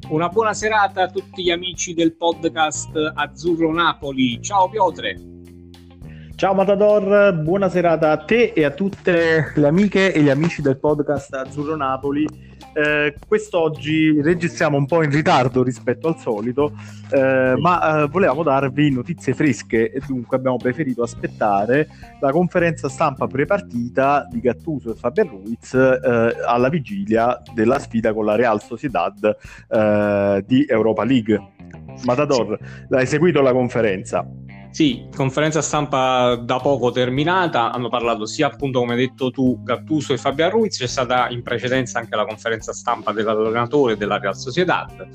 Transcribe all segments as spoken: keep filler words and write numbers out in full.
Una buona serata a tutti gli amici del podcast Azzurro Napoli. Ciao Piotre. Ciao Matador, buona serata a te e a tutte le amiche e gli amici del podcast Azzurro Napoli. Eh, quest'oggi registriamo un po' in ritardo rispetto al solito, eh, sì. ma eh, volevamo darvi notizie fresche e dunque abbiamo preferito aspettare la conferenza stampa prepartita di Gattuso e Fabian Ruiz eh, alla vigilia della sfida con la Real Sociedad eh, di Europa League. Matador, sì. Hai seguito la conferenza? Sì, conferenza stampa da poco terminata, hanno parlato sia appunto come hai detto tu Gattuso e Fabian Ruiz, c'è stata in precedenza anche la conferenza stampa dell'allenatore della Real Sociedad.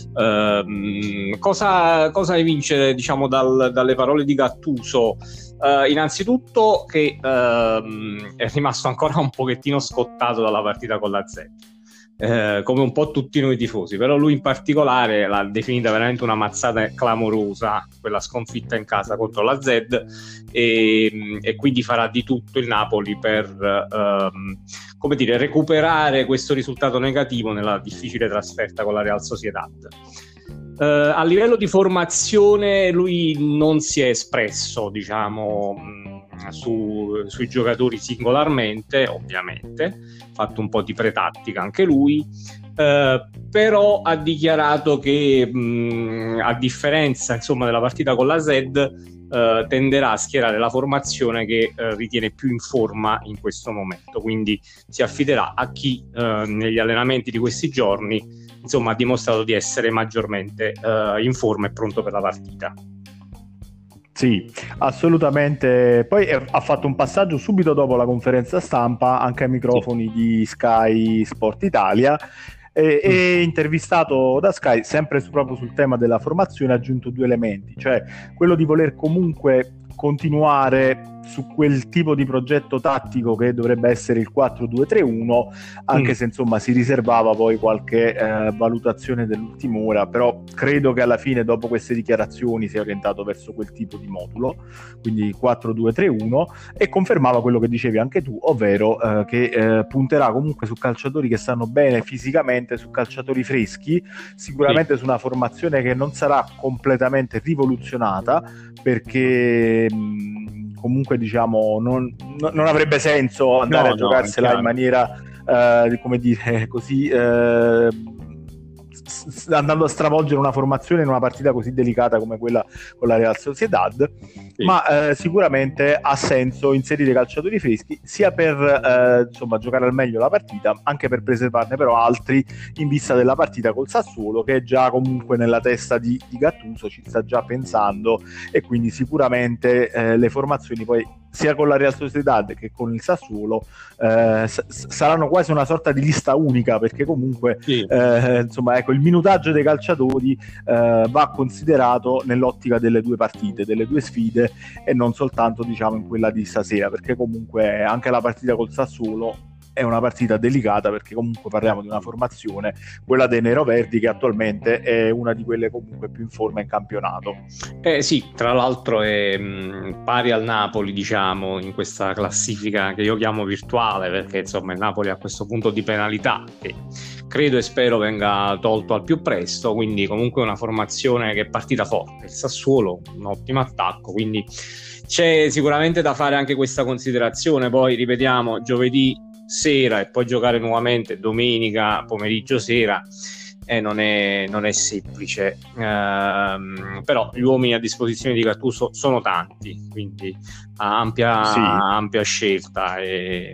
Uh, cosa, cosa evince diciamo dal, dalle parole di Gattuso? Uh, innanzitutto che uh, è rimasto ancora un pochettino scottato dalla partita con la Z. Eh, come un po' tutti noi tifosi, però lui in particolare l'ha definita veramente una mazzata clamorosa, quella sconfitta in casa contro la Z, e, e quindi farà di tutto il Napoli per ehm, come dire, recuperare questo risultato negativo nella difficile trasferta con la Real Sociedad. Eh, a livello di formazione lui non si è espresso, diciamo, Su, sui giocatori singolarmente, ovviamente fatto un po' di pretattica anche lui, eh, però ha dichiarato che mh, a differenza insomma della partita con la Z eh, tenderà a schierare la formazione che eh, ritiene più in forma in questo momento, quindi si affiderà a chi eh, negli allenamenti di questi giorni insomma ha dimostrato di essere maggiormente eh, in forma e pronto per la partita. Sì, assolutamente. Poi ha fatto un passaggio subito dopo la conferenza stampa anche ai microfoni sì. di Sky Sport Italia e, mm. e intervistato da Sky sempre su, proprio sul tema della formazione ha aggiunto due elementi, cioè quello di voler comunque continuare su quel tipo di progetto tattico che dovrebbe essere il quattro due tre uno, anche mm. se insomma si riservava poi qualche eh, valutazione dell'ultima ora, però credo che alla fine dopo queste dichiarazioni si è orientato verso quel tipo di modulo, quindi quattro due tre uno, e confermava quello che dicevi anche tu, ovvero eh, che eh, punterà comunque su calciatori che stanno bene fisicamente, su calciatori freschi, sicuramente sì. su una formazione che non sarà completamente rivoluzionata, perché mh, comunque diciamo non, non avrebbe senso andare no, a giocarsela no, in maniera eh, come dire così eh, andando a stravolgere una formazione in una partita così delicata come quella con la Real Sociedad, sì. ma eh, sicuramente ha senso inserire calciatori freschi sia per eh, insomma giocare al meglio la partita, anche per preservarne però altri in vista della partita col Sassuolo, che è già comunque nella testa di, di Gattuso, ci sta già pensando, e quindi sicuramente eh, le formazioni poi sia con la Real Sociedad che con il Sassuolo eh, s- saranno quasi una sorta di lista unica, perché comunque sì. eh, insomma ecco il minutaggio dei calciatori eh, va considerato nell'ottica delle due partite, delle due sfide, e non soltanto diciamo in quella di stasera, perché comunque anche la partita col Sassuolo è una partita delicata, perché comunque parliamo di una formazione, quella dei neroverdi, che attualmente è una di quelle comunque più in forma in campionato. Eh sì, tra l'altro è mh, pari al Napoli, diciamo, in questa classifica che io chiamo virtuale, perché insomma il Napoli ha questo punto di penalità che credo e spero venga tolto al più presto, quindi comunque una formazione che è partita forte. Il Sassuolo un ottimo attacco, quindi c'è sicuramente da fare anche questa considerazione. Poi ripetiamo, giovedì sera e poi giocare nuovamente domenica pomeriggio sera eh, non, è, non è semplice, ehm, però gli uomini a disposizione di Gattuso sono tanti, quindi ha ampia, sì. ampia scelta e,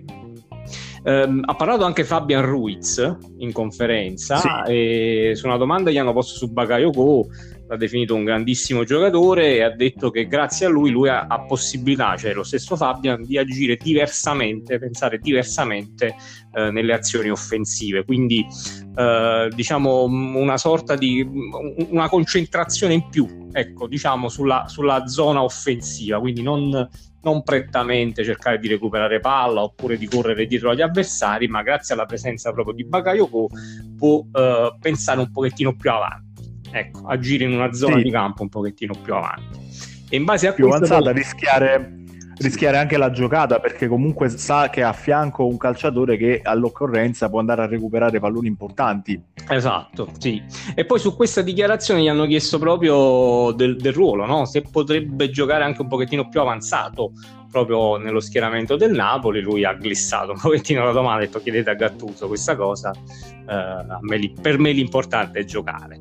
ehm, ha parlato anche Fabian Ruiz in conferenza, sì. e su una domanda gli hanno posto su Bakayoko l'ha definito un grandissimo giocatore e ha detto che grazie a lui lui ha, ha possibilità, cioè lo stesso Fabian, di agire diversamente, pensare diversamente eh, nelle azioni offensive, quindi eh, diciamo una sorta di una concentrazione in più, ecco, diciamo sulla, sulla zona offensiva, quindi non non prettamente cercare di recuperare palla oppure di correre dietro agli avversari, ma grazie alla presenza proprio di Bakayoko può eh, pensare un pochettino più avanti, ecco, agire in una zona sì. di campo un pochettino più avanti, e in base a più questo avanzata, poi... rischiare rischiare anche la giocata, perché comunque sa che ha a fianco un calciatore che all'occorrenza può andare a recuperare palloni importanti. Esatto, sì. E poi su questa dichiarazione gli hanno chiesto proprio del, del ruolo, no? Se potrebbe giocare anche un pochettino più avanzato proprio nello schieramento del Napoli. Lui ha glissato un pochettino la domanda, ha detto chiedete a Gattuso questa cosa, eh, a me, per me l'importante è giocare.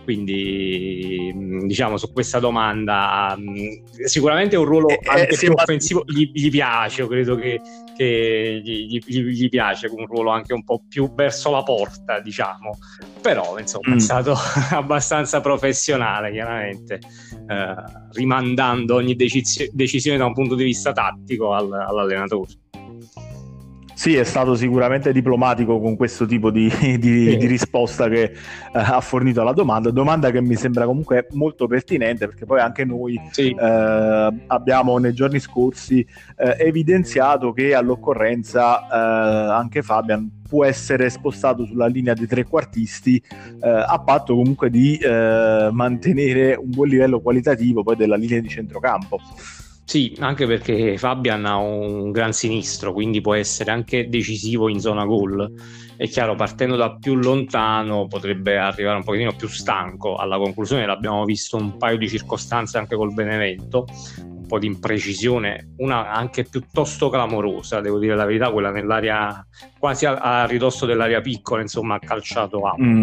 Quindi diciamo su questa domanda sicuramente un ruolo anche eh, più offensivo gli, gli piace, io credo che, che gli, gli, gli piace un ruolo anche un po' più verso la porta, diciamo, però insomma mm. è stato abbastanza professionale chiaramente, eh, rimandando ogni decis- decisione da un punto di vista tattico al, all'allenatore. Sì, è stato sicuramente diplomatico con questo tipo di, di, sì. di risposta che eh, ha fornito alla domanda, domanda che mi sembra comunque molto pertinente, perché poi anche noi sì. eh, abbiamo nei giorni scorsi eh, evidenziato che all'occorrenza eh, anche Fabian può essere spostato sulla linea dei trequartisti eh, a patto comunque di eh, mantenere un buon livello qualitativo poi della linea di centrocampo. Sì, anche perché Fabian ha un gran sinistro, quindi può essere anche decisivo in zona gol. È chiaro, partendo da più lontano potrebbe arrivare un pochettino più stanco alla conclusione. L'abbiamo visto un paio di circostanze anche col Benevento, un po' di imprecisione, una anche piuttosto clamorosa, devo dire la verità, quella nell'area quasi a, a ridosso dell'area piccola, insomma ha calciato alto. Mm.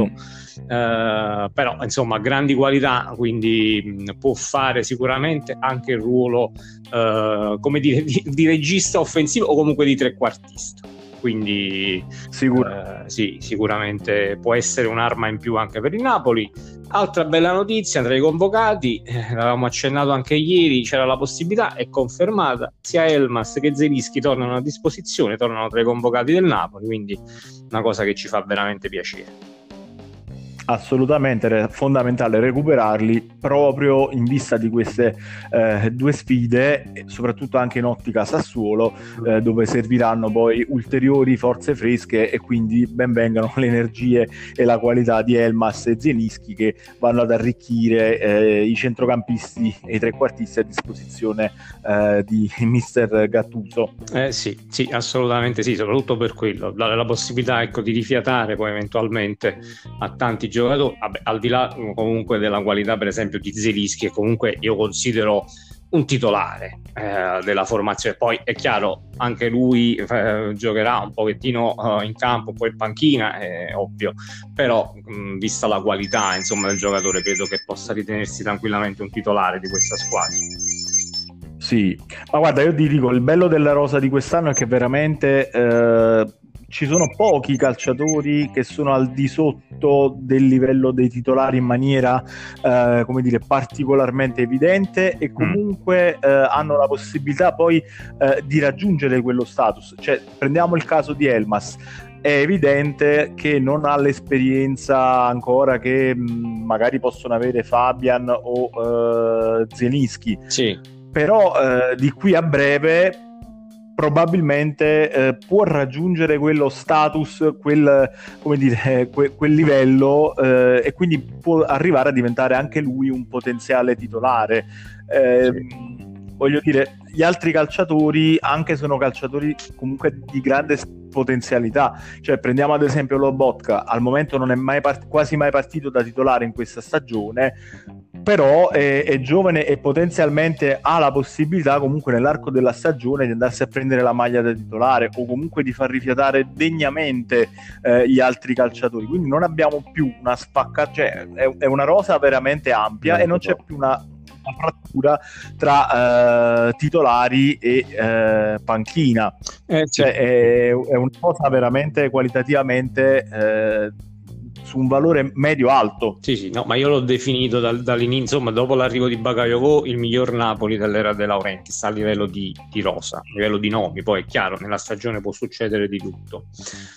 Eh, però insomma grandi qualità, quindi mh, può fare sicuramente anche il ruolo eh, come dire di, di regista offensivo o comunque di trequartista, quindi Sicur- eh, sì, sicuramente può essere un'arma in più anche per il Napoli. Altra bella notizia tra i convocati, eh, l'avevamo accennato anche ieri, c'era la possibilità, è confermata, sia Elmas che Zelinski tornano a disposizione, tornano tra i convocati del Napoli, quindi una cosa che ci fa veramente piacere. Assolutamente è fondamentale recuperarli proprio in vista di queste eh, due sfide, soprattutto anche in ottica Sassuolo, eh, dove serviranno poi ulteriori forze fresche, e quindi ben vengano le energie e la qualità di Elmas e Zielinski, che vanno ad arricchire eh, i centrocampisti e i trequartisti a disposizione eh, di mister Gattuso. Eh sì, sì, assolutamente sì, soprattutto per quello, dare la possibilità, ecco, di rifiatare poi eventualmente a tanti giocatori, vabbè, al di là comunque della qualità per esempio di Zelinski, che comunque io considero un titolare eh, della formazione. Poi è chiaro, anche lui eh, giocherà un pochettino eh, in campo, poi in panchina, è ovvio, però mh, vista la qualità insomma del giocatore, credo che possa ritenersi tranquillamente un titolare di questa squadra. Sì, ma guarda, io ti dico, il bello della rosa di quest'anno è che veramente eh, ci sono pochi calciatori che sono al di sotto del livello dei titolari in maniera eh, come dire particolarmente evidente, e comunque eh, hanno la possibilità poi eh, di raggiungere quello status. Cioè, prendiamo il caso di Elmas, è evidente che non ha l'esperienza ancora che mh, magari possono avere Fabian o eh, Zielinski, sì. Però eh, di qui a breve probabilmente eh, può raggiungere quello status, quel, come dire, que, quel livello, eh, e quindi può arrivare a diventare anche lui un potenziale titolare. Eh, sì. Voglio dire, gli altri calciatori anche sono calciatori comunque di grande potenzialità. Cioè, prendiamo ad esempio Lobotka, al momento non è mai part- quasi mai partito da titolare in questa stagione, però è, è giovane e potenzialmente ha la possibilità comunque nell'arco della stagione di andarsi a prendere la maglia da titolare, o comunque di far rifiatare degnamente eh, gli altri calciatori. Quindi non abbiamo più una spacca, cioè è, è una rosa veramente ampia, e non c'è più una, una frattura tra eh, titolari e eh, panchina. Eh, sì. Cioè, è, è una cosa veramente qualitativamente eh, su un valore medio-alto. Sì, sì, no, ma io l'ho definito dal, dall'inizio, insomma, dopo l'arrivo di Bakayoko, il miglior Napoli dell'era De Laurentiis a livello di, di rosa, a livello di nomi. Poi è chiaro, nella stagione può succedere di tutto.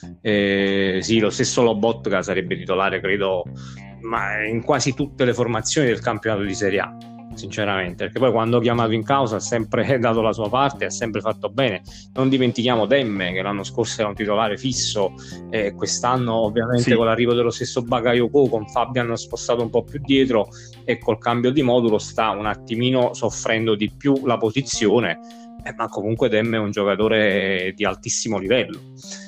Eh, sì, lo stesso Lobotka sarebbe titolare, credo, ma in quasi tutte le formazioni del campionato di Serie A, sinceramente, perché poi quando ho chiamato in causa ha sempre dato la sua parte, ha sempre fatto bene. Non dimentichiamo Demme, che l'anno scorso era un titolare fisso, e quest'anno ovviamente sì, con l'arrivo dello stesso Bakayoko, con Fabian spostato un po' più dietro e col cambio di modulo sta un attimino soffrendo di più la posizione, eh, ma comunque Demme è un giocatore di altissimo livello.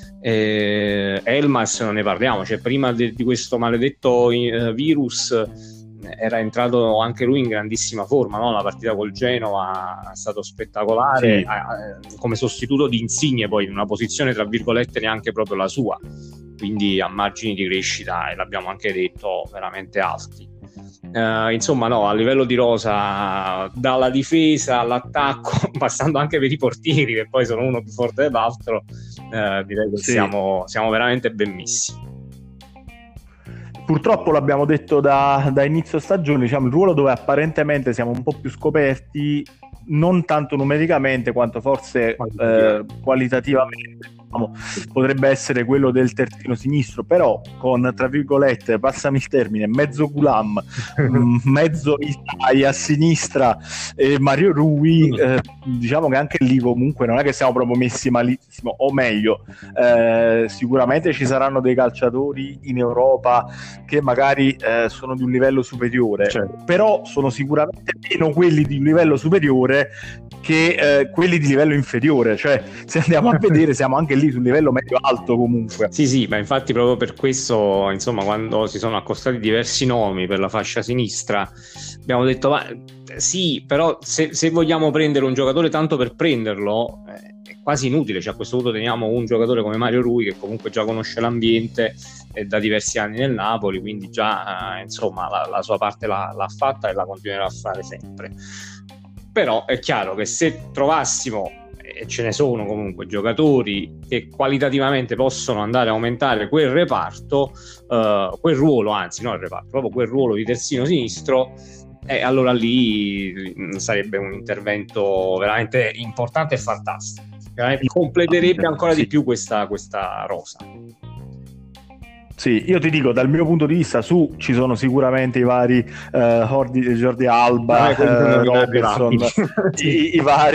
eh, Elmas non ne parliamo, cioè prima de- di questo maledetto eh, virus era entrato anche lui in grandissima forma, no? La partita col Genova è stato spettacolare, Sì. a- a- come sostituto di Insigne, poi in una posizione tra virgolette neanche proprio la sua, quindi a margini di crescita, e l'abbiamo anche detto, veramente alti. Uh, insomma, no, a livello di rosa, dalla difesa all'attacco, passando anche per i portieri, che poi sono uno più forte dell'altro, uh, direi che Sì. siamo, siamo veramente ben messi. Purtroppo l'abbiamo detto da, da inizio stagione, diciamo, il ruolo dove apparentemente siamo un po' più scoperti, non tanto numericamente quanto forse eh, qualitativamente, diciamo, potrebbe essere quello del terzino sinistro, però con, tra virgolette, passami il termine, mezzo Gulam, mezzo Iltai a sinistra e Mario Rui, eh, diciamo che anche lì comunque non è che siamo proprio messi malissimo, o meglio, eh, sicuramente ci saranno dei calciatori in Europa che magari eh, sono di un livello superiore, Certo. però sono sicuramente meno quelli di un livello superiore che eh, quelli di livello inferiore, cioè se andiamo a vedere siamo anche lì sul livello medio alto comunque. Sì, sì, ma infatti proprio per questo, insomma, quando si sono accostati diversi nomi per la fascia sinistra, abbiamo detto, ma sì, però se, se vogliamo prendere un giocatore tanto per prenderlo, eh, è quasi inutile, cioè a questo punto teniamo un giocatore come Mario Rui, che comunque già conosce l'ambiente, è da diversi anni nel Napoli, quindi già eh, insomma la, la sua parte l'ha, l'ha fatta e la continuerà a fare sempre. Però è chiaro che se trovassimo, e ce ne sono comunque, giocatori che qualitativamente possono andare a aumentare quel reparto, uh, quel ruolo, anzi no il reparto, proprio quel ruolo di terzino sinistro, e eh, allora lì mh, sarebbe un intervento veramente importante e fantastico, veramente completerebbe ancora sì. di più questa, questa rosa. Sì, io ti dico, dal mio punto di vista, su ci sono sicuramente i vari uh, Jordi, Jordi Alba, uh, Robertson, i, i vari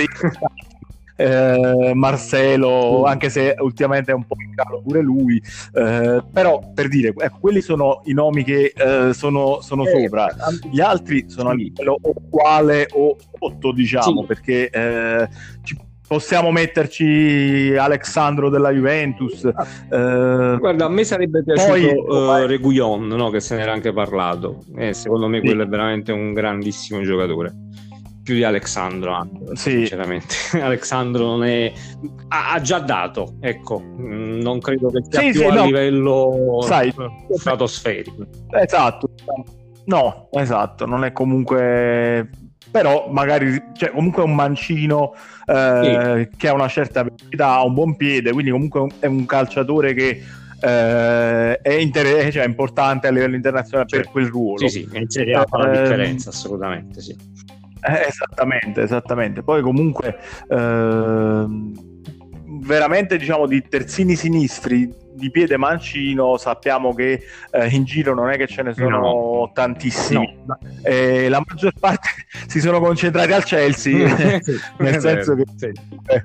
uh, Marcelo, anche se ultimamente è un po' in calo pure lui, uh, però per dire, ecco, quelli sono i nomi che uh, sono, sono eh, sopra, gli altri sono a livello uguale o sotto, diciamo, sì. Perché uh, ci possiamo metterci Alexandro della Juventus. Eh, Guarda, a me sarebbe piaciuto poi, uh, Reguilon, no? Che se n'era anche parlato. E secondo me sì. Quello è veramente un grandissimo giocatore. Più di Alexandro, anche, sì. Sinceramente. Alexandro non è... ha, ha già dato, ecco. Non credo che sia sì, più sì, a no. livello Sai, stratosferico. Esatto. No, esatto. Non è comunque... però magari, cioè, comunque è un mancino eh, sì. che ha una certa velocità, ha un buon piede, quindi comunque è un calciatore che eh, è, inter- cioè, è importante a livello internazionale, cioè, per quel ruolo. Sì, sì, in Serie A fa la differenza, eh, assolutamente, sì. Eh, esattamente, esattamente. Poi comunque eh, veramente, diciamo, di terzini sinistri di piede mancino sappiamo che eh, in giro non è che ce ne sono no. tantissimi, no. Eh, la maggior parte si sono concentrati al Chelsea sì, nel senso che sì.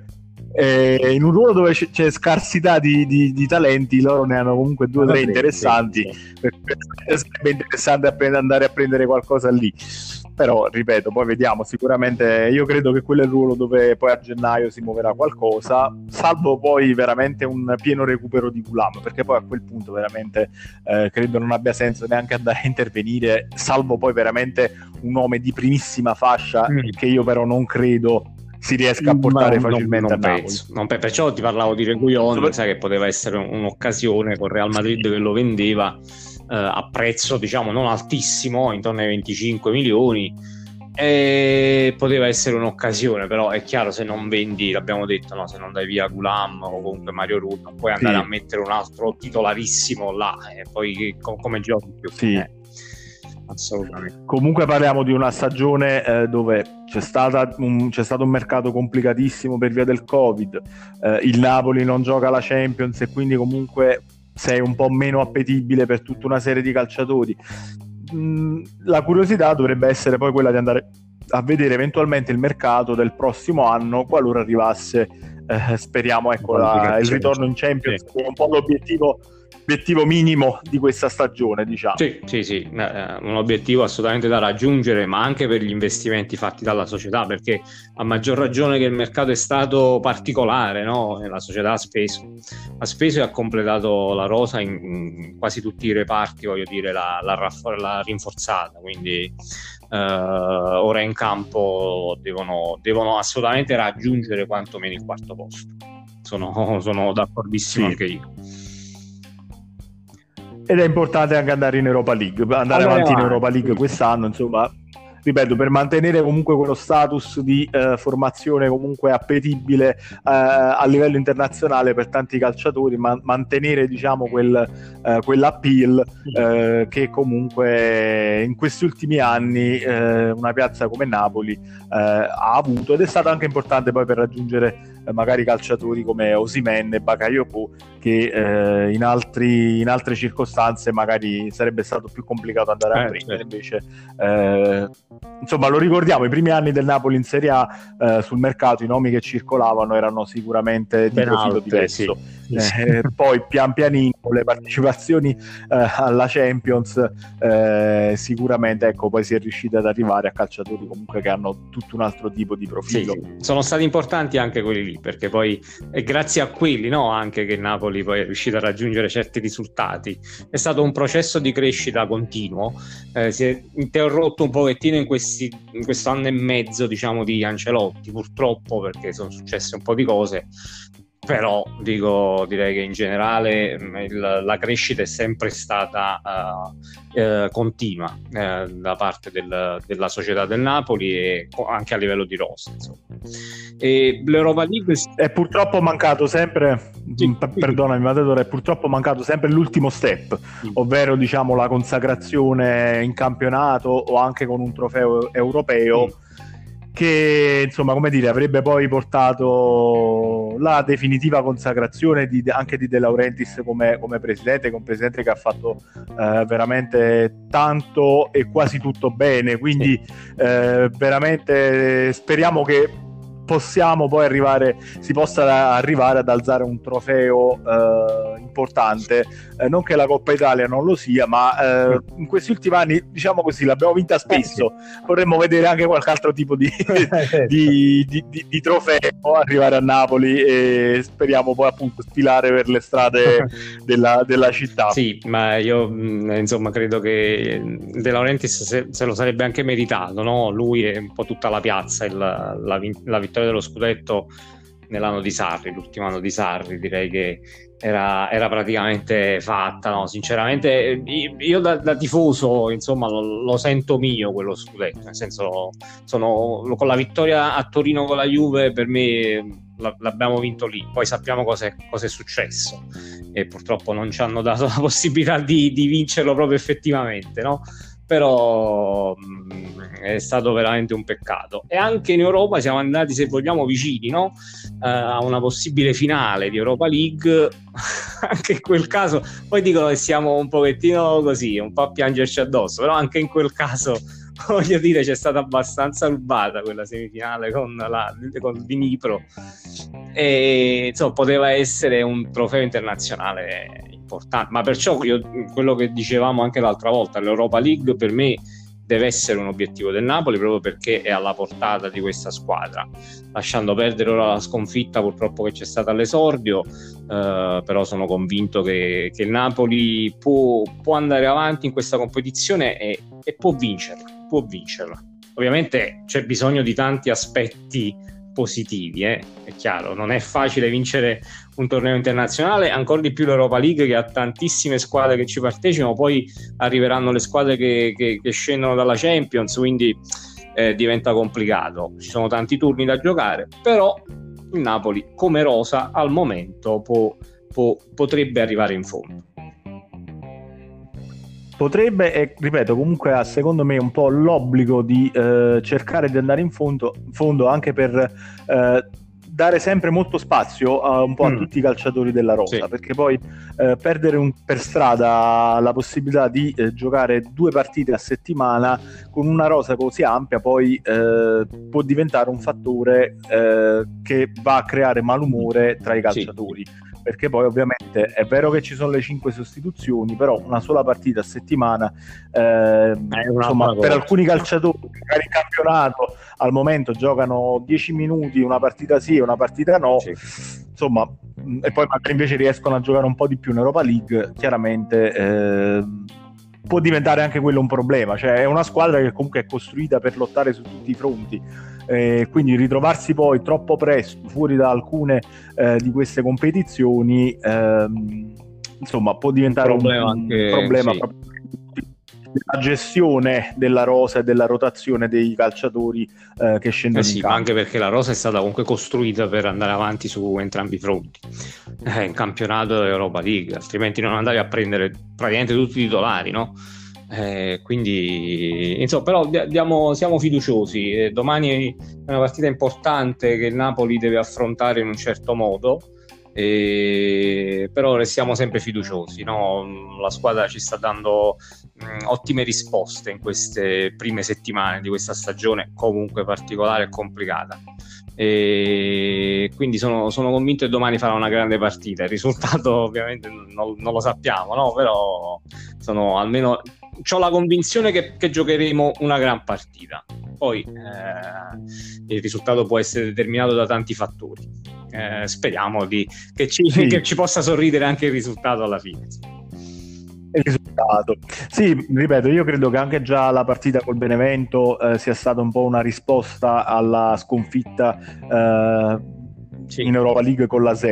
eh, in un ruolo dove c'è, c'è scarsità di, di, di talenti, loro ne hanno comunque due o tre interessanti, sì, sì. Sarebbe interessante andare a prendere qualcosa lì. Però ripeto, poi vediamo, sicuramente io credo che quello è il ruolo dove poi a gennaio si muoverà qualcosa, salvo poi veramente un pieno recupero di Gulam, perché poi a quel punto veramente eh, credo non abbia senso neanche andare a intervenire, salvo poi veramente un nome di primissima fascia mm. che io però non credo si riesca a portare no, facilmente non, non a Napoli. Penso. Non penso. Perciò ti parlavo di Reguilon, Sopra... sai che poteva essere un'occasione con Real Madrid che lo vendeva Uh, a prezzo, diciamo, non altissimo, intorno ai venticinque milioni, e poteva essere un'occasione, però è chiaro, se non vendi, l'abbiamo detto, no, se non dai via Gulam o comunque Mario Rui, non puoi andare sì. a mettere un altro titolarissimo là e poi co- come giochi più sì. eh, assolutamente. Comunque parliamo di una stagione eh, dove c'è, stata un, c'è stato un mercato complicatissimo per via del Covid, eh, il Napoli non gioca la Champions e quindi comunque sei un po' meno appetibile per tutta una serie di calciatori. Mm, la curiosità dovrebbe essere poi quella di andare a vedere eventualmente il mercato del prossimo anno, qualiora arrivasse, eh, speriamo, ecco, la, il ritorno in Champions, sì. Che è un po' l'obiettivo obiettivo minimo di questa stagione, diciamo. Sì, sì, sì, eh, un obiettivo assolutamente da raggiungere, ma anche per gli investimenti fatti dalla società, perché a maggior ragione che il mercato è stato particolare, no? La società ha speso, ha speso e ha completato la rosa in, in quasi tutti i reparti, voglio dire, la, la, la rinforzata, quindi eh, ora in campo devono, devono assolutamente raggiungere quantomeno il quarto posto. Sono, sono d'accordissimo sì. Anche io. Ed è importante anche andare in Europa League, andare allora, avanti in Europa League sì. quest'anno, insomma, ripeto, per mantenere comunque quello status di eh, formazione comunque appetibile eh, a livello internazionale per tanti calciatori, ma mantenere diciamo quel, eh, quell'appeal eh, che comunque in questi ultimi anni eh, una piazza come Napoli eh, ha avuto, ed è stato anche importante poi per raggiungere eh, magari calciatori come Osimhen e Bakayoko, che eh, in, altri, in altre circostanze magari sarebbe stato più complicato andare a eh, prendere, certo. invece eh, insomma lo ricordiamo, i primi anni del Napoli in Serie A eh, sul mercato i nomi che circolavano erano sicuramente di ben profilo alte, diverso sì. Eh, poi pian pianino con le partecipazioni eh, alla Champions eh, sicuramente ecco poi si è riusciti ad arrivare a calciatori comunque che hanno tutto un altro tipo di profilo. Sì, sì. Sono stati importanti anche quelli lì, perché poi è grazie a quelli no, anche che Napoli poi è riuscito a raggiungere certi risultati. È stato un processo di crescita continuo, eh, si è interrotto un pochettino in questi in questo anno e mezzo diciamo di Ancelotti, purtroppo, perché sono successe un po' di cose, però dico, direi che in generale il, la crescita è sempre stata uh, eh, continua eh, da parte del, della società del Napoli e anche a livello di rosa, insomma. E l'Europa League è purtroppo mancato sempre sì, p- sì. perdonami Matador, è purtroppo mancato sempre l'ultimo step, sì. ovvero diciamo la consacrazione in campionato o anche con un trofeo europeo, sì. che insomma come dire avrebbe poi portato la definitiva consacrazione di, anche di De Laurentiis come, come presidente, che è un presidente che ha fatto eh, veramente tanto e quasi tutto bene, quindi eh, veramente speriamo che possiamo poi arrivare, si possa arrivare ad alzare un trofeo eh, importante, eh, non che la Coppa Italia non lo sia, ma eh, in questi ultimi anni, diciamo così, l'abbiamo vinta spesso, vorremmo vedere anche qualche altro tipo di, di, di, di, di trofeo arrivare a Napoli, e speriamo poi appunto sfilare per le strade della, della città. Sì, ma io insomma credo che De Laurentiis se, se lo sarebbe anche meritato, no? Lui e un po' tutta la piazza, il, la, la vittoria dello scudetto nell'anno di Sarri, l'ultimo anno di Sarri, direi che era, era praticamente fatta, no? Sinceramente io da, da tifoso insomma lo, lo sento mio quello scudetto, nel senso sono, con la vittoria a Torino con la Juve per me l'abbiamo vinto lì, poi sappiamo cosa è, cosa è successo e purtroppo non ci hanno dato la possibilità di, di vincerlo proprio effettivamente, no? Però mh, è stato veramente un peccato. E anche in Europa siamo andati, se vogliamo, vicini, no? Uh, a una possibile finale di Europa League. Anche in quel caso poi dicono che siamo un pochettino così, un po' a piangerci addosso, però anche in quel caso voglio dire c'è stata abbastanza rubata quella semifinale con, la, con il Dnipro, e insomma poteva essere un trofeo internazionale importante, ma perciò io, quello che dicevamo anche l'altra volta, l'Europa League per me deve essere un obiettivo del Napoli, proprio perché è alla portata di questa squadra, lasciando perdere ora la sconfitta purtroppo che c'è stata all'esordio, eh, però sono convinto che, che il Napoli può, può andare avanti in questa competizione e, e può vincerla, può vincerla. Ovviamente c'è bisogno di tanti aspetti positivi, eh? È chiaro, non è facile vincere un torneo internazionale, ancora di più l'Europa League che ha tantissime squadre che ci partecipano, poi arriveranno le squadre che, che, che scendono dalla Champions, quindi eh, diventa complicato, ci sono tanti turni da giocare, però il Napoli come rosa al momento può, può, potrebbe arrivare in fondo. Potrebbe, e ripeto, comunque ha secondo me un po' l'obbligo di eh, cercare di andare in fondo, in fondo anche per eh, dare sempre molto spazio a, un po' a mm. tutti i calciatori della rosa, sì. Perché poi eh, perdere un, per strada la possibilità di eh, giocare due partite a settimana con una rosa così ampia poi eh, può diventare un fattore eh, che va a creare malumore tra i calciatori. Sì. perché poi ovviamente è vero che ci sono le cinque sostituzioni, però una sola partita a settimana, eh, insomma, per alcuni calciatori magari in campionato al momento giocano dieci minuti, una partita sì e una partita no, sì. Insomma, e poi magari invece riescono a giocare un po' di più in Europa League, chiaramente eh, può diventare anche quello un problema. Cioè è una squadra che comunque è costruita per lottare su tutti i fronti, eh, quindi ritrovarsi poi troppo presto fuori da alcune eh, di queste competizioni, ehm, insomma, può diventare un problema, un, anche, un problema sì. proprio la gestione della rosa e della rotazione dei calciatori eh, che scendono eh sì, in campo. Ma anche perché la rosa è stata comunque costruita per andare avanti su entrambi i fronti, eh, in campionato e Europa League, altrimenti non andavi a prendere praticamente tutti i titolari, no? Eh, quindi insomma, però diamo, siamo fiduciosi, eh, domani è una partita importante che il Napoli deve affrontare in un certo modo. E però restiamo sempre fiduciosi, no? La squadra ci sta dando mh, ottime risposte in queste prime settimane di questa stagione comunque particolare e complicata, e quindi sono, sono convinto che domani farà una grande partita. Il risultato ovviamente non, non lo sappiamo, no? Però sono almeno ho la convinzione che, che giocheremo una gran partita. Poi eh, il risultato può essere determinato da tanti fattori. Eh, speriamo di, che, ci, sì. che ci possa sorridere anche il risultato alla fine. Il risultato, sì, ripeto, io credo che anche già la partita col Benevento eh, sia stata un po' una risposta alla sconfitta eh, sì. in Europa League con la Z.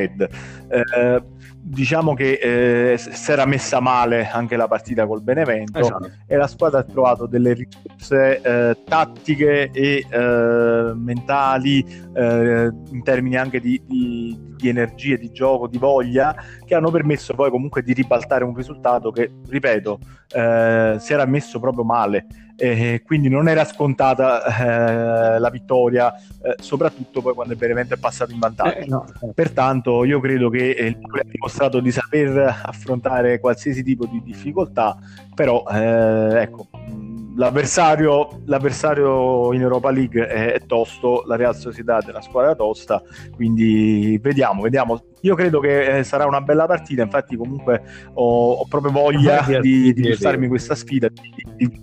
Eh, diciamo che eh, si era messa male anche la partita col Benevento, esatto. E la squadra ha trovato delle risorse eh, tattiche e eh, mentali, eh, in termini anche di, di, di energie, di gioco, di voglia, che hanno permesso poi comunque di ribaltare un risultato che, ripeto, eh, si era messo proprio male. E quindi non era scontata eh, la vittoria, eh, soprattutto poi quando il Benevento è passato in vantaggio. Eh, no. Pertanto io credo che il Napoli ha dimostrato di saper affrontare qualsiasi tipo di difficoltà, però eh, ecco, l'avversario, l'avversario in Europa League è, è tosto, la Real Sociedad è una squadra tosta, quindi vediamo, vediamo. Io credo che eh, sarà una bella partita, infatti comunque ho, ho proprio voglia di, di gustarmi questa sfida, di, di,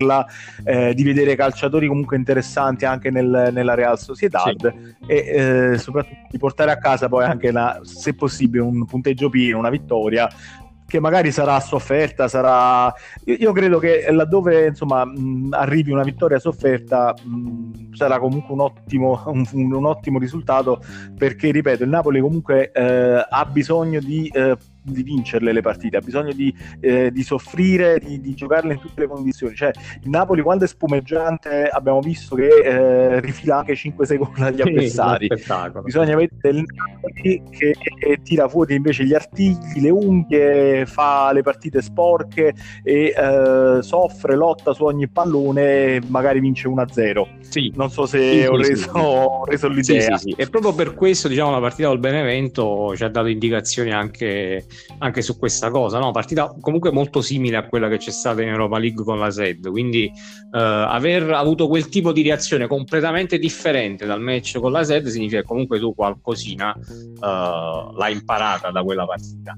eh, di vedere calciatori comunque interessanti anche nel, nella Real Sociedad, sì. E eh, soprattutto di portare a casa poi anche, una, se possibile, un punteggio pieno, una vittoria, che magari sarà sofferta, sarà... Io credo che laddove insomma mh, arrivi una vittoria sofferta mh, sarà comunque un ottimo, un, un ottimo risultato, perché ripeto, il Napoli comunque eh, ha bisogno di, eh, di vincerle le partite, ha bisogno di, eh, di soffrire, di, di giocarle in tutte le condizioni. Cioè il Napoli quando è spumeggiante abbiamo visto che eh, rifila anche cinque secondi agli avversari, bisogna vedere il Napoli che, che tira fuori invece gli artigli, le unghie, fa le partite sporche e eh, soffre, lotta su ogni pallone, magari vince uno a zero. Sì. Non so se sì, ho, reso, sì, sì. ho reso l'idea. Sì, sì, sì. E proprio per questo, diciamo, la partita col Benevento ci ha dato indicazioni anche, anche su questa cosa, no? Partita comunque molto simile a quella che c'è stata in Europa League con la Z E D, quindi eh, aver avuto quel tipo di reazione completamente differente dal match con la Z E D significa che comunque tu qualcosina eh, l'hai imparata da quella partita.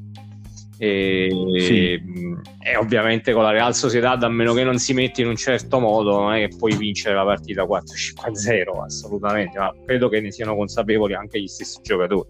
E, sì. E ovviamente con la Real Sociedad, a meno che non si mette in un certo modo, non è che puoi vincere la partita quattro cinque a zero, assolutamente, ma credo che ne siano consapevoli anche gli stessi giocatori.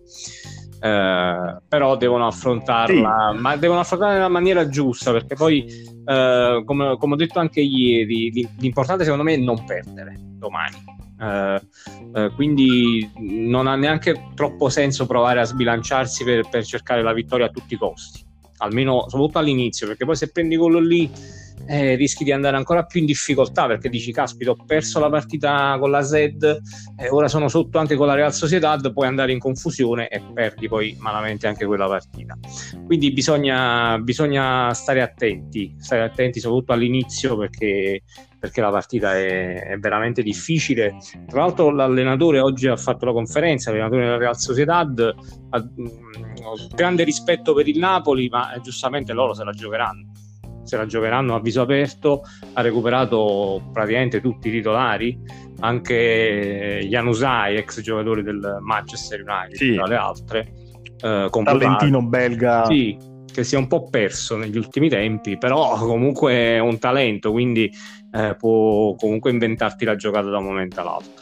Eh, però devono affrontarla, sì. ma devono affrontarla nella maniera giusta, perché poi eh, come, come ho detto anche ieri, l'importante secondo me è non perdere domani. Uh, uh, quindi non ha neanche troppo senso provare a sbilanciarsi per, per cercare la vittoria a tutti i costi, almeno soprattutto all'inizio, perché poi se prendi quello lì eh, rischi di andare ancora più in difficoltà, perché dici caspita, ho perso la partita con la Z E D, eh, ora sono sotto anche con la Real Sociedad, puoi andare in confusione e perdi poi malamente anche quella partita. Quindi bisogna, bisogna stare attenti stare attenti soprattutto all'inizio, perché perché la partita è, è veramente difficile. Tra l'altro l'allenatore oggi ha fatto la conferenza, l'allenatore della Real Sociedad, ha mh, grande rispetto per il Napoli, ma eh, giustamente loro se la giocheranno se la giocheranno a viso aperto. Ha recuperato praticamente tutti i titolari, anche Januzaj, ex giocatore del Manchester United, sì. tra le altre, eh, talentino belga. Sì, che si è un po' perso negli ultimi tempi, però comunque è un talento, quindi eh, può comunque inventarti la giocata da un momento all'altro.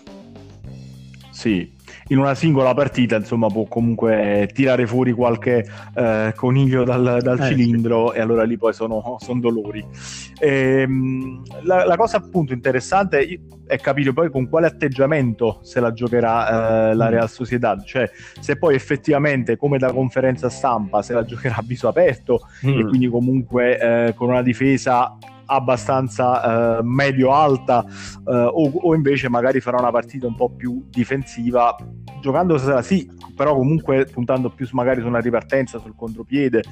Sì, in una singola partita insomma può comunque tirare fuori qualche eh, coniglio dal, dal eh, cilindro, sì. E allora lì poi sono, sono dolori. Ehm, la, la cosa appunto interessante è capire poi con quale atteggiamento se la giocherà eh, la Real Sociedad, cioè se poi effettivamente come da conferenza stampa se la giocherà a viso aperto mm. e quindi comunque eh, con una difesa abbastanza eh, medio-alta eh, o, o invece magari farà una partita un po' più difensiva, giocandosela sì, però comunque puntando più magari su una ripartenza, sul contropiede,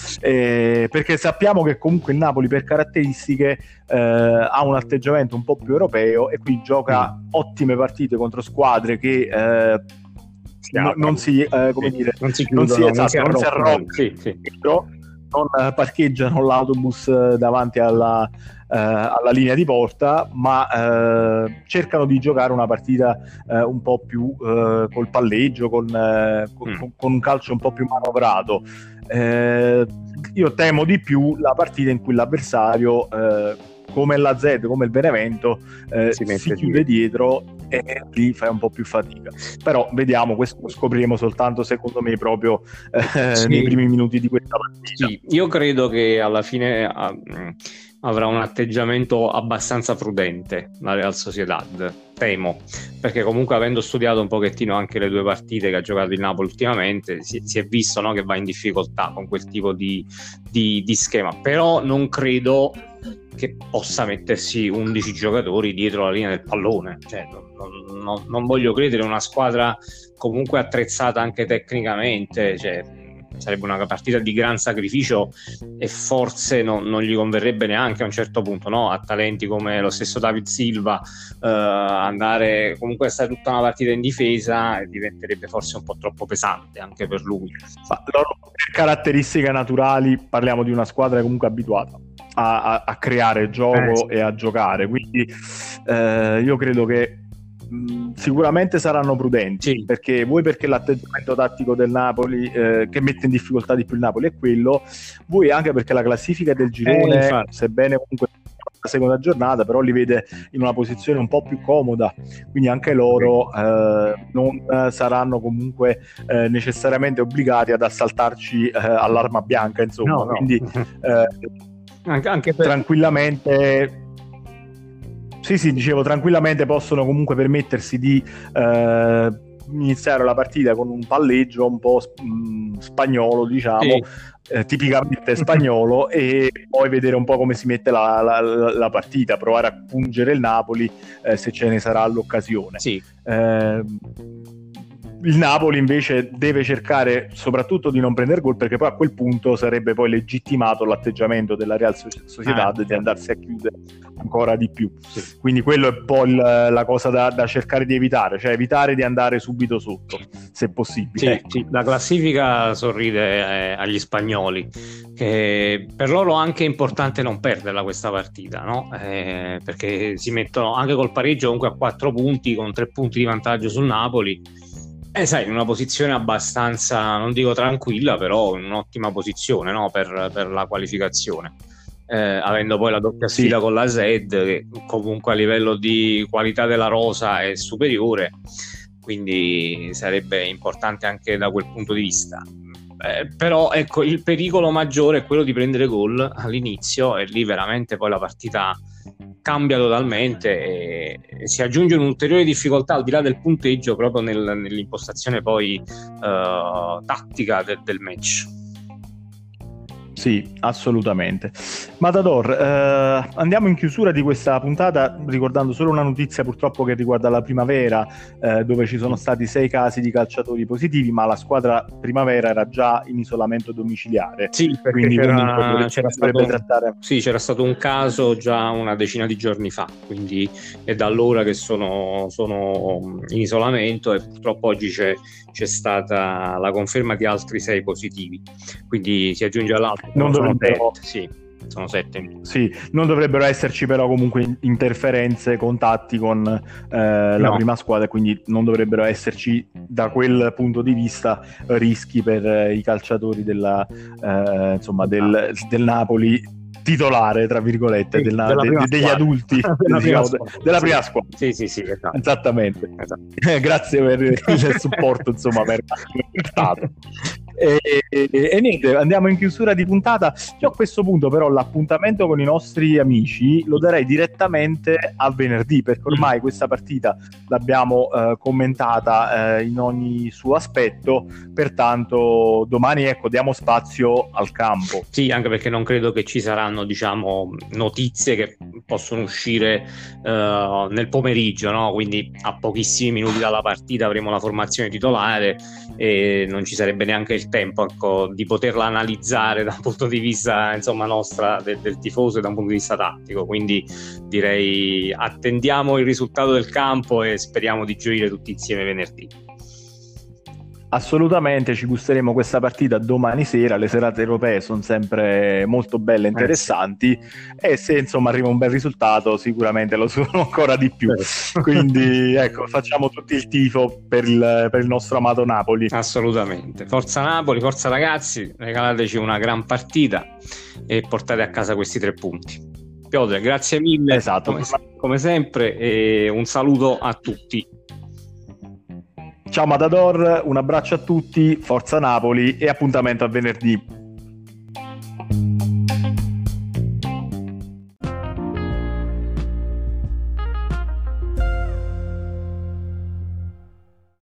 eh, perché sappiamo che comunque il Napoli per caratteristiche eh, ha un atteggiamento un po' più europeo e qui gioca mm. ottime partite contro squadre che eh, no, non si eh, come sì, dire non si chiudono, non si, esatto, non si arroccano, sì, sì. non parcheggiano l'autobus davanti alla, eh, alla linea di porta, ma eh, cercano di giocare una partita eh, un po' più eh, col palleggio, con, eh, con, mm. con un calcio un po' più manovrato. Eh, io temo di più la partita in cui l'avversario eh, come la Z, come il Benevento eh, si, si chiude dietro e lì fai un po' più fatica, però vediamo, questo lo scopriremo soltanto secondo me proprio eh, sì. nei primi minuti di questa partita. Sì, io credo che alla fine uh, avrà un atteggiamento abbastanza prudente la Real Sociedad, temo, perché comunque avendo studiato un pochettino anche le due partite che ha giocato il Napoli ultimamente si, si è visto, no, che va in difficoltà con quel tipo di, di, di schema, però non credo che possa mettersi undici giocatori dietro la linea del pallone, cioè, non, non, non voglio credere, una squadra comunque attrezzata anche tecnicamente, cioè, sarebbe una partita di gran sacrificio e forse non, non gli converrebbe neanche a un certo punto, no? A talenti come lo stesso David Silva eh, andare comunque a stare tutta una partita in difesa diventerebbe forse un po' troppo pesante anche per lui. Ma loro, per caratteristiche naturali, parliamo di una squadra comunque abituata a, a, a creare gioco eh, sì. e a giocare, quindi eh, io credo che mh, sicuramente saranno prudenti, sì. perché vuoi perché l'atteggiamento tattico del Napoli eh, che mette in difficoltà di più il Napoli è quello, vuoi anche perché la classifica del girone eh, sebbene comunque la seconda giornata però li vede in una posizione un po' più comoda, quindi anche loro eh, non eh, saranno comunque eh, necessariamente obbligati ad assaltarci eh, all'arma bianca, insomma, no, no. quindi eh, Anche, anche per... tranquillamente sì sì dicevo tranquillamente possono comunque permettersi di eh, iniziare la partita con un palleggio un po' sp- mh, spagnolo, diciamo sì. eh, tipicamente spagnolo e poi vedere un po' come si mette la, la, la partita, provare a pungere il Napoli eh, se ce ne sarà l'occasione. Sì. eh, Il Napoli invece deve cercare soprattutto di non prendere gol, perché poi a quel punto sarebbe poi legittimato l'atteggiamento della Real Sociedad ah, di andarsi a chiudere ancora di più. Sì. Quindi quello è un po' il, la cosa da, da cercare di evitare, cioè evitare di andare subito sotto, se possibile. Sì, sì. La classifica sorride eh, agli spagnoli, che per loro anche è importante non perderla questa partita, no? Eh, perché si mettono anche col pareggio comunque a quattro punti, con tre punti di vantaggio sul Napoli. Eh, sai, in una posizione abbastanza, non dico tranquilla, però in un'ottima posizione, no? per, per la qualificazione. Eh, avendo poi la doppia sfida sì. con la Z, che comunque a livello di qualità della rosa è superiore, quindi sarebbe importante anche da quel punto di vista. Eh, però ecco, il pericolo maggiore è quello di prendere gol all'inizio e lì veramente poi la partita cambia totalmente e, e si aggiunge un'ulteriore difficoltà al di là del punteggio proprio nel, nell'impostazione poi uh, tattica de, del match. Sì, assolutamente. Matador, eh, andiamo in chiusura di questa puntata ricordando solo una notizia purtroppo che riguarda la Primavera, eh, dove ci sono stati sei casi di calciatori positivi, ma la squadra Primavera era già in isolamento domiciliare. Sì, quindi c'era, c'era, stato, trattare... sì, c'era stato un caso già una decina di giorni fa, quindi è da allora che sono, sono in isolamento e purtroppo oggi c'è, c'è stata la conferma di altri sei positivi, quindi si aggiunge all'altro. Non dovrebbero, sì. sono sette. Sì, non dovrebbero esserci però comunque interferenze, contatti con eh, la No. prima squadra, quindi non dovrebbero esserci da quel punto di vista rischi per eh, i calciatori della, eh, insomma, del, del Napoli titolare, tra virgolette, Sì, del, della de, prima de, degli squadra. adulti Della diciamo, prima de- squadra. della Sì. prima squadra. Sì, sì, sì, esatto. Esattamente. Esatto. Grazie per il supporto, insomma, per portato. E, e, e niente, andiamo in chiusura di puntata. Io a questo punto però l'appuntamento con i nostri amici lo darei direttamente a venerdì, perché ormai questa partita l'abbiamo eh, commentata eh, in ogni suo aspetto, pertanto domani, ecco, diamo spazio al campo. Sì, anche perché non credo che ci saranno, diciamo, notizie che possono uscire uh, nel pomeriggio, no? Quindi a pochissimi minuti dalla partita avremo la formazione titolare e non ci sarebbe neanche il tempo, ecco, di poterla analizzare da un punto di vista, insomma, nostra, de- del tifoso, e da un punto di vista tattico. Quindi direi attendiamo il risultato del campo e speriamo di gioire tutti insieme venerdì. Assolutamente, ci gusteremo questa partita domani sera. Le serate europee sono sempre molto belle e interessanti, eh sì. E se insomma arriva un bel risultato sicuramente lo sono ancora di più, eh. Quindi ecco, facciamo tutti il tifo per il, per il nostro amato Napoli. Assolutamente, forza Napoli, forza ragazzi, regalateci una gran partita e portate a casa questi tre punti. Piotr, grazie mille, esatto. come, come sempre, e un saluto a tutti. Ciao Matador, un abbraccio a tutti, forza Napoli e appuntamento a venerdì.